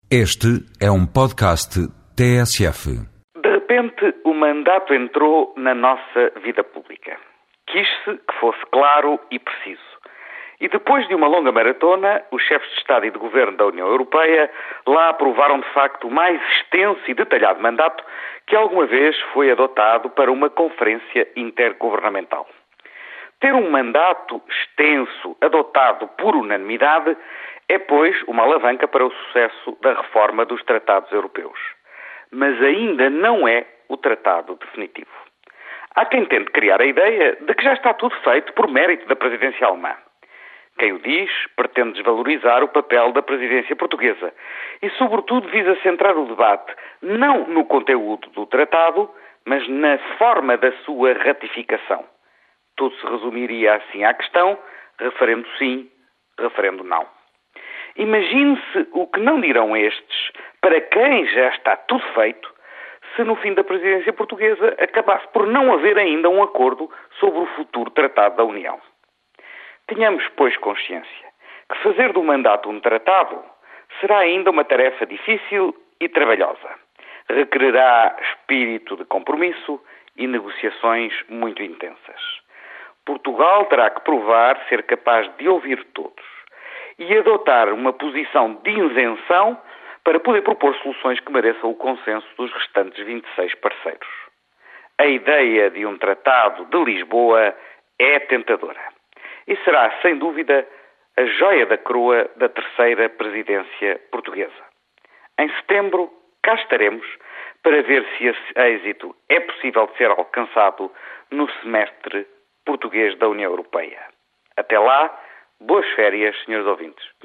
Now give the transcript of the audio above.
Este é um podcast TSF. De repente, o mandato entrou na nossa vida pública. Quis-se que fosse claro e preciso. E depois de uma longa maratona, os chefes de Estado e de Governo da União Europeia lá aprovaram de facto o mais extenso e detalhado mandato que alguma vez foi adotado para uma conferência intergovernamental. Ter um mandato extenso adotado por unanimidade é, pois, uma alavanca para o sucesso da reforma dos tratados europeus. Mas ainda não é o tratado definitivo. Há quem tente criar a ideia de que já está tudo feito por mérito da presidência alemã. Quem o diz pretende desvalorizar o papel da presidência portuguesa e, sobretudo, visa centrar o debate não no conteúdo do tratado, mas na forma da sua ratificação. Tudo se resumiria assim à questão: referendo sim, referendo não. Imagine-se o que não dirão estes, para quem já está tudo feito, se no fim da presidência portuguesa acabasse por não haver ainda um acordo sobre o futuro tratado da União. Tenhamos, pois, consciência que fazer do mandato um tratado será ainda uma tarefa difícil e trabalhosa. Requererá espírito de compromisso e negociações muito intensas. Portugal terá que provar ser capaz de ouvir todos e adotar uma posição de isenção para poder propor soluções que mereçam o consenso dos restantes 26 parceiros. A ideia de um tratado de Lisboa é tentadora e será, sem dúvida, a joia da coroa da terceira presidência portuguesa. Em setembro, cá estaremos para ver se esse êxito é possível de ser alcançado no semestre português da União Europeia. Até lá, boas férias, senhores ouvintes.